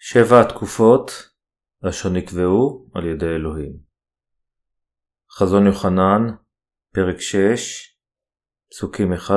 7 התקופות אשר נקבעו על ידי אלוהים. חזון יוחנן, פרק 6, פסוקים 1-17.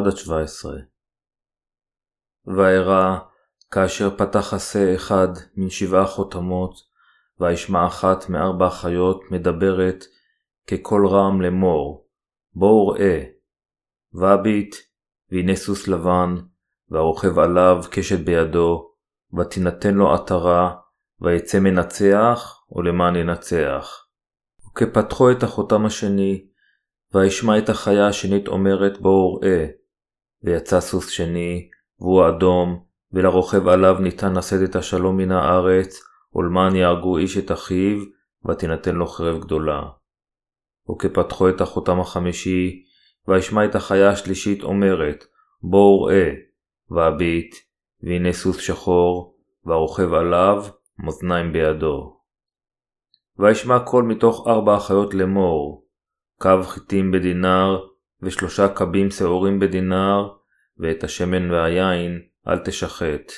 וארא כאשר פתח עשה אחד מן 7 חותמות, וישמע אחת מ4 חיות מדברת כקול רם לאמור, בואו ראה. והביט, והנה סוס לבן, והרוכב עליו קשת בידו, ותינתן לו עטרה, ויצא מנצח ולמען ינצח. וכפתחו את החותם השני, וישמע את החיה השנית אומרת בואו ראה. ויצא סוס שני, והוא אדום, ולרוכב עליו ניתן לשאת את השלום מן הארץ, ולמען יהרגו איש את אחיו, ותינתן לו חרב גדולה. וכפתחו את החותם החמישי, וישמע את החיה השלישית אומרת, בואו ראה. והביט, והנה סוס שחור, והרוכב עליו מאזניים בידו. וישמע קול מתוך 4 החיות לאמור, קב חיטים בדינר, ו3 קבים שעורים בדינר, ואת השמן והיין אל תשחט.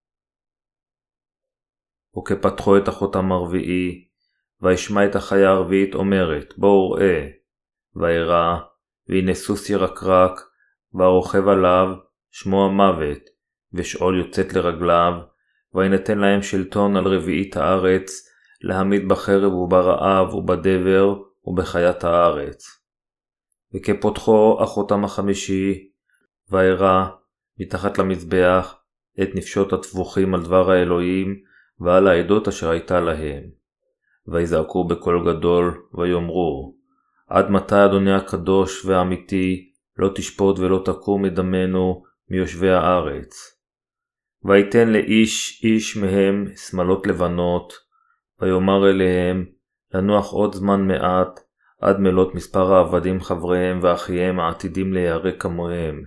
וכפתחו את החותם הרביעי, וישמע את החיה הרביעית אומרת, בואו ראה. וארא, והנה סוס ירקרק, והרוכב עליו שמו המוות, ושאול יוצאת לרגליו, וינתן להם שלטון על רביעית הארץ, להמיד בחרב וברעב ובדבר ובחיית הארץ. וכפותחו החותם החמישי, וארא מתחת למזבח את נפשות הטבוחים על דבר האלוהים ועל העדות אשר הייתה להם. ויזעקו בקול גדול ויאמרו, עד מתי אדוני הקדוש והאמיתי לא תשפוט ולא תקום מדמנו מיושבי הארץ. ויתן לאיש איש מהם שמלות לבנות, ויאמר אליהם לנוח עוד זמן מעט, עד מלות מספר העבדים חבריהם ואחיהם העתידים להיהרג כמוהם.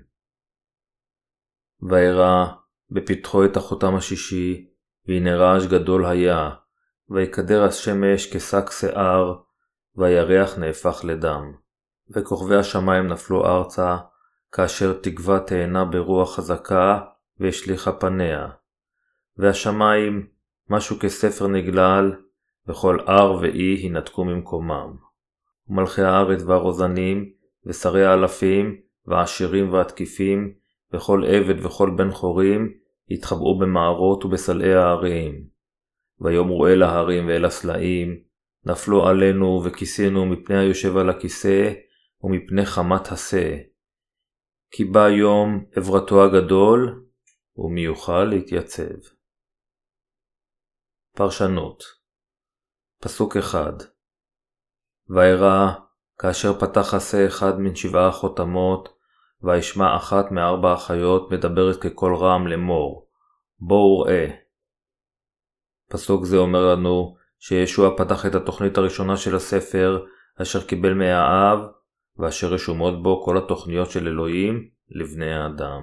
וארא בפתחו את החותם השישי, והנה רעש גדול היה, ויקדר השמש כשק שיער, והירח נהפך לדם. וכוכבי השמיים נפלו ארצה, כאשר תקווה תאנה ברוח חזקה, והשליחה פניה. והשמיים, משהו כספר נגלל, וכל הר ואי הנתקו ממקומם. ומלכי הארץ והרוזנים, ושרי האלפים, והעשירים והתקיפים, וכל עבד וכל בן חורים, התחבאו במערות ובסלעי ההרים. ויאמרו אל ההרים ואל הסלעים, נפלו עלינו וכיסינו מפני היושב על הכיסא, ומפני חמת הסה. כי בא יום עברתו הגדול, ומי יוכל להתייצב. פרשנות. פסוק 1. וארא כאשר פתח עשה אחד מן 7 החותמות, וישמע אחת מ4 החיות מדברת כקול רם לאמור, בואו ראה. פסוק זה אומר לנו שישוע פתח את התוכנית הראשונה של הספר, אשר קיבל מהאב, ואשר רשומות בו כל התוכניות של אלוהים לבני האדם.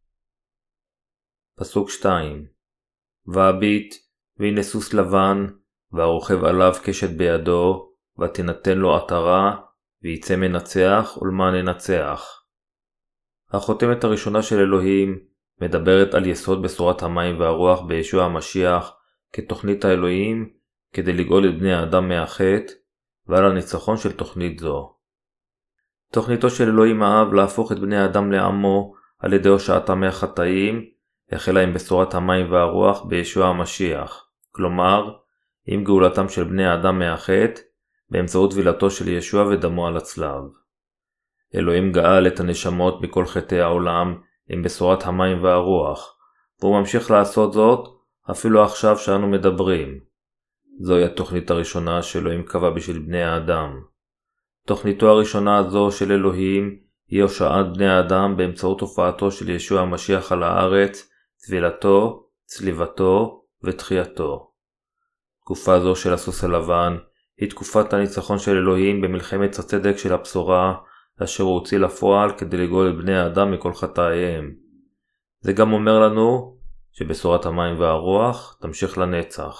פסוק 2. והביט, והנה סוס לבן, והרוכב עליו קשת בידו, ותינתן לו עטרה, ויצא מנצח ולמען ינצח. החותמת הראשונה של אלוהים מדברת על יסוד בשורת המים והרוח בישוע המשיח כתוכנית האלוהים כדי לגאול את בני האדם מהחטא, ועל הניצחון של תוכנית זו. תוכניתו של אלוהים האב להפוך את בני האדם לעמו על ידי הושעתם מהחטאים החלה עם בשורת המים והרוח בישוע המשיח, כלומר עם גאולתם של בני האדם מהחטא באמצעות טבילתו של ישוע ודמו על הצלב. אלוהים גאל את הנשמות מכל חטאי העולם עם בשורת המים והרוח, והוא ממשיך לעשות זאת אפילו עכשיו שאנו מדברים. זוהי התוכנית הראשונה שאלוהים קבע בשביל בני האדם. תוכניתו הראשונה הזו של אלוהים היא הושעת בני האדם באמצעות הופעתו של ישוע המשיח על הארץ, טבילתו, צליבתו ותחייתו. תקופה זו של הסוס הלבן היא תקופת הניצחון של אלוהים במלחמת הצדק של הבשורה, אשר הוא הוציא לפועל כדי לגאול את בני האדם מכל חטאיהם. זה גם אומר לנו שבשורת המים והרוח תמשיך לנצח.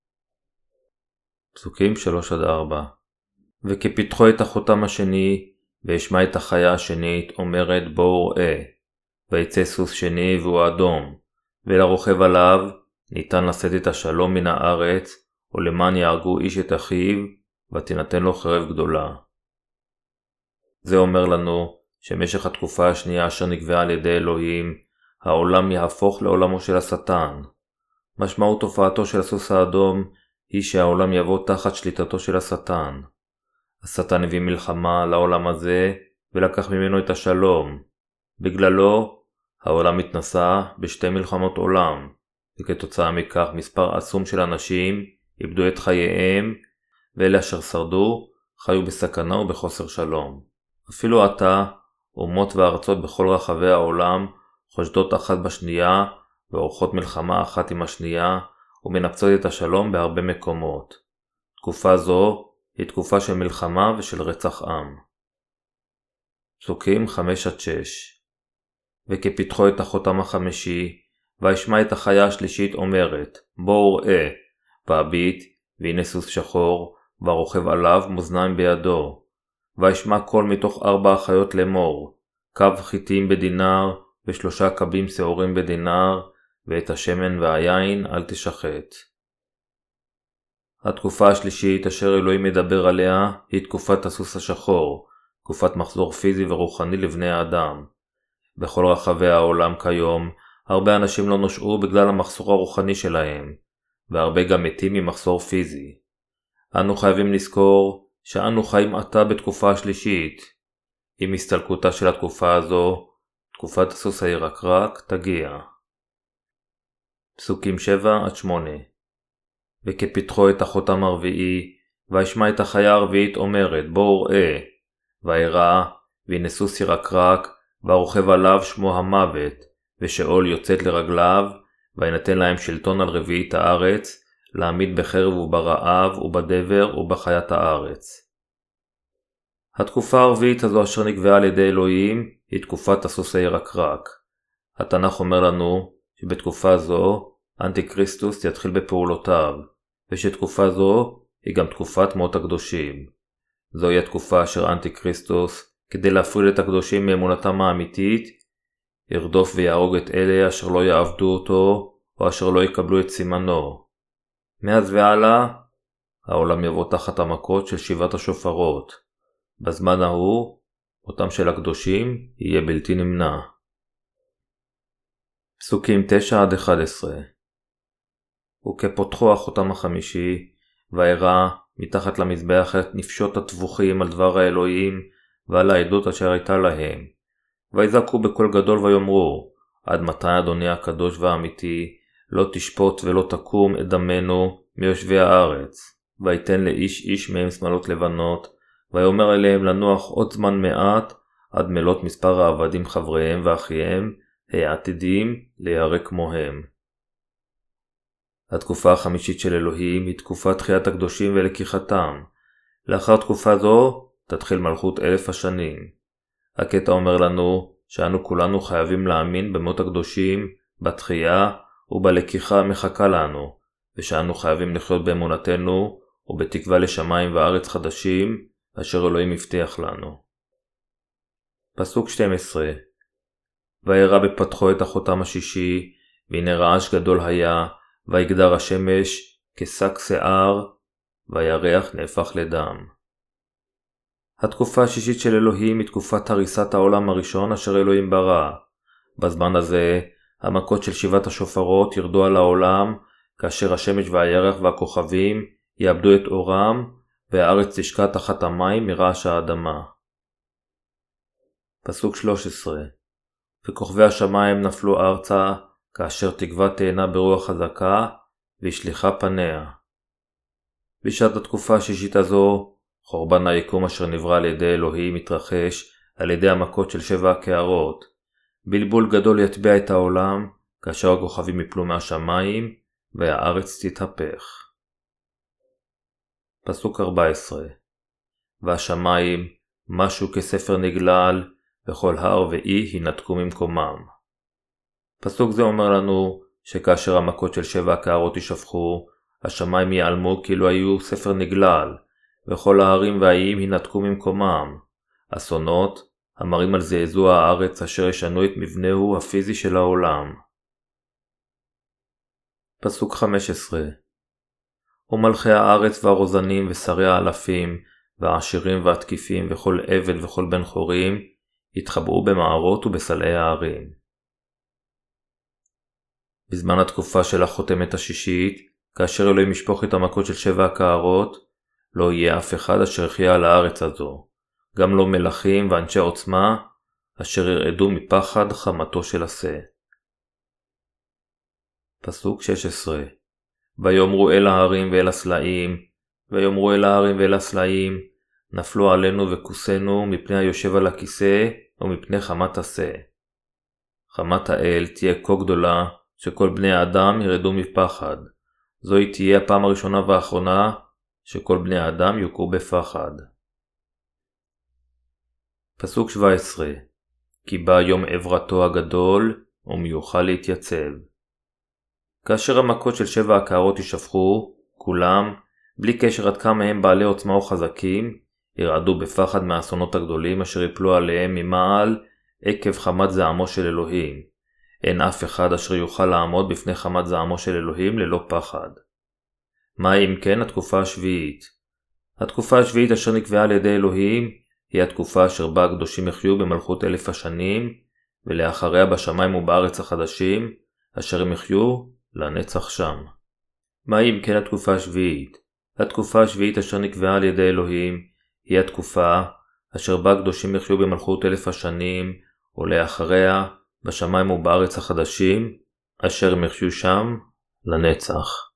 פסוקים 3-4. וכפתחו את החותם השני, וישמע את החיה השנית אומרת בואו ראה. ויצא סוס שני והוא אדום, ולרוכב עליו ניתן לשאת את השלום מן הארץ, או למען יהרגו איש את אחיו, ותינתן לו חרב גדולה. זה אומר לנו שמשך התקופה השנייה אשר נקבעה על ידי אלוהים, העולם יהפוך לעולמו של השטן. משמעות תופעתו של הסוס האדום היא שהעולם יבוא תחת שליטתו של השטן. השטן הביא מלחמה לעולם הזה ולקח ממנו את השלום. בגללו העולם התנסה בשתי מלחמות עולם, וכתוצאה מכך מספר עצום של אנשים איבדו את חייהם, ואלה אשר שרדו חיו בסכנה ובחוסר שלום. אפילו עתה אומות וארצות בכל רחבי העולם חושדות אחת בשנייה ועורכות מלחמה אחת עם השנייה ומנפצות את השלום בהרבה מקומות. תקופה זו היא תקופה של מלחמה ושל רצח עם. פסוקים 5-6. וכפתחו את החותם החמישי, וישמע את החיה השלישית אומרת, בואו ראה, והביט, והנה סוס שחור, והרוכב עליו מאזניים בידו. וישמע קול מתוך 4 החיות לאמור, קב חיטים בדינר, ו3 קבים שעורים בדינר, ואת השמן והיין אל תשחט. התקופה השלישית אשר אלוהים מדבר עליה היא תקופת הסוס השחור, תקופת מחזור פיזי ורוחני לבני האדם. בכל רחבי העולם כיום, הרבה אנשים לא נושעו בגלל המחסור הרוחני שלהם, והרבה גם מתים ממחסור פיזי. אנו חייבים לזכור שאנו חיים עתה בתקופה השלישית. עם הסתלקותה של התקופה הזו, תקופת הסוס הירקרק תגיע. פסוקים 7-8. וכפתחו את החותם הרביעי, וישמע את החיה הרביעית אומרת, בואו ראה, וירא, והנה סוס ירקרק, והרוכב עליו שמו המוות, ושאול יוצאת לרגליו, וינתן להם שלטון על רביעית הארץ, להעמיד בחרב וברעב ובדבר ובחיית הארץ. התקופה הרביעית הזו אשר נקבעה על ידי אלוהים היא תקופת הסוס הירקרק. התנ"ך אומר לנו שבתקופה זו אנטי-כריסטוס יתחיל בפעולותיו, ושתקופה זו היא גם תקופת מות הקדושים. זוהי התקופה אשר אנטי-כריסטוס, כדי להפריד את הקדושים מאמונתם האמיתית, ירדוף ויהרוג את אלה אשר לא יעבדו אותו או אשר לא יקבלו את סימנו. מאז והלאה העולם יבוא תחת המכות של 7 השופרות. בזמן ההוא אותם של הקדושים יהיה בלתי נמנע. פסוקים 9-11. וכפותחו החותם החמישי, וירא מתחת למזבח את נפשות הטבוחים על דבר האלוהים ועל העדות אשר הייתה להם. ויזעקו בקול גדול ויאמרו, עד מתי אדוני הקדוש והאמיתי לא תשפוט ולא תקום את דמנו מיושבי הארץ? ויתן לאיש איש מהם שמלות לבנות, ויאמר אליהם לנוח עוד זמן מעט, עד מלות מספר העבדים חבריהם ואחיהם, העתידים להיהרג כמוהם. התקופה החמישית של אלוהים היא תקופת תחיית הקדושים ולקיחתם. לאחר תקופה זו תתחיל מלכות 1000 השנים. הקטע אומר לנו שאנו כולנו חייבים להאמין במות הקדושים, בתחייה ובלקיחה המחכה לנו, ושאנו חייבים לחיות באמונתנו ובתקווה לשמיים וארץ חדשים אשר אלוהים הבטיח לנו. פסוק 12. וירא בפתחו את החותם השישי, והנה רעש גדול היה, ויגדר השמש כשק שיער, והירח נהפך לדם. התקופה השישית של אלוהים היא תקופת הריסת העולם הראשון אשר אלוהים ברא. בזמן הזה המכות של 7 השופרות ירדו על העולם, כאשר השמש והירח והכוכבים יאבדו את אורם, והארץ תשקע תחת המים מרעש האדמה. פסוק 13. וכוכבי השמיים נפלו ארצה, כאשר תקווה תאנה ברוח חזקה, והשליחה פניה. בשעת התקופה השישית הזו, חורבן היקום אשר נברא על ידי אלוהים מתרחש על ידי המכות של 7 הקערות. בלבול גדול יטבע את העולם, כאשר הכוכבים יפלו מהשמיים, והארץ תתהפך. פסוק 14. והשמיים משהו כספר נגלל, וכל הר ואי ינתקו ממקומם. פסוק זה אומר לנו שכאשר המכות של 7 הקערות ישפכו, השמיים ייעלמו כאילו היו ספר נגלל, וכל ההרים והאיים ינתקו ממקומם. אסונות המראים על זעזוע הארץ אשר ישנו את מבנהו הפיזי של העולם. פסוק 15 ומלכי הארץ והרוזנים ושרי האלפים והעשירים והתקיפים וכל עבד וכל בן חורים התחבאו במערות ובסלעי הערים. בזמן התקופה של החותמת השישית, כאשר אלוהים ישפוך את המכות של 7 הקערות, לא יהיה אף אחד אשר יחיה על הארץ הזו, גם לא מלכים ואנשי עוצמה, אשר ירעדו מפחד חמתו של עשה. פסוק 16 ויאמרו אל ההרים ואל הסלעים, ויאמרו אל ההרים ואל הסלעים, נפלו עלינו וכוסנו מפני היושב על הכיסא ומפני חמת עשה. חמת האל תהיה כה גדולה שכל בני האדם ירדו מפחד. זוהי תהיה הפעם הראשונה והאחרונה שכל בני האדם יוכו בפחד. פסוק 17 כי בא יום עברתו הגדול ומיוחל להתייצב. כאשר המכות של 7 הקערות ישפכו, כולם, בלי קשר עד כמה הם בעלי עוצמה או חזקים, ירעדו בפחד מהאסונות הגדולים אשר יפלו עליהם ממעל עקב חמת זעמו של אלוהים. אין אף אחד אשר יוכל לעמוד בפני חמת זעמו של אלוהים ללא פחד. מה אם כן התקופה השביעית? התקופה השביעית אשר נקבעה על ידי אלוהים היא התקופה אשר בה הקדושים יחיו במלכות 1000 השנים, ולאחריה בשמיים ובארץ החדשים, אשר הם יחיו לנצח שם. מה אם כן התקופה השביעית? התקופה השביעית אשר נקבעה על ידי אלוהים היא התקופה אשר בה הקדושים יחיו במלכות 1000 השנים, ולאחריה בשמיים ובארץ החדשים, אשר הם יחיו שם לנצח.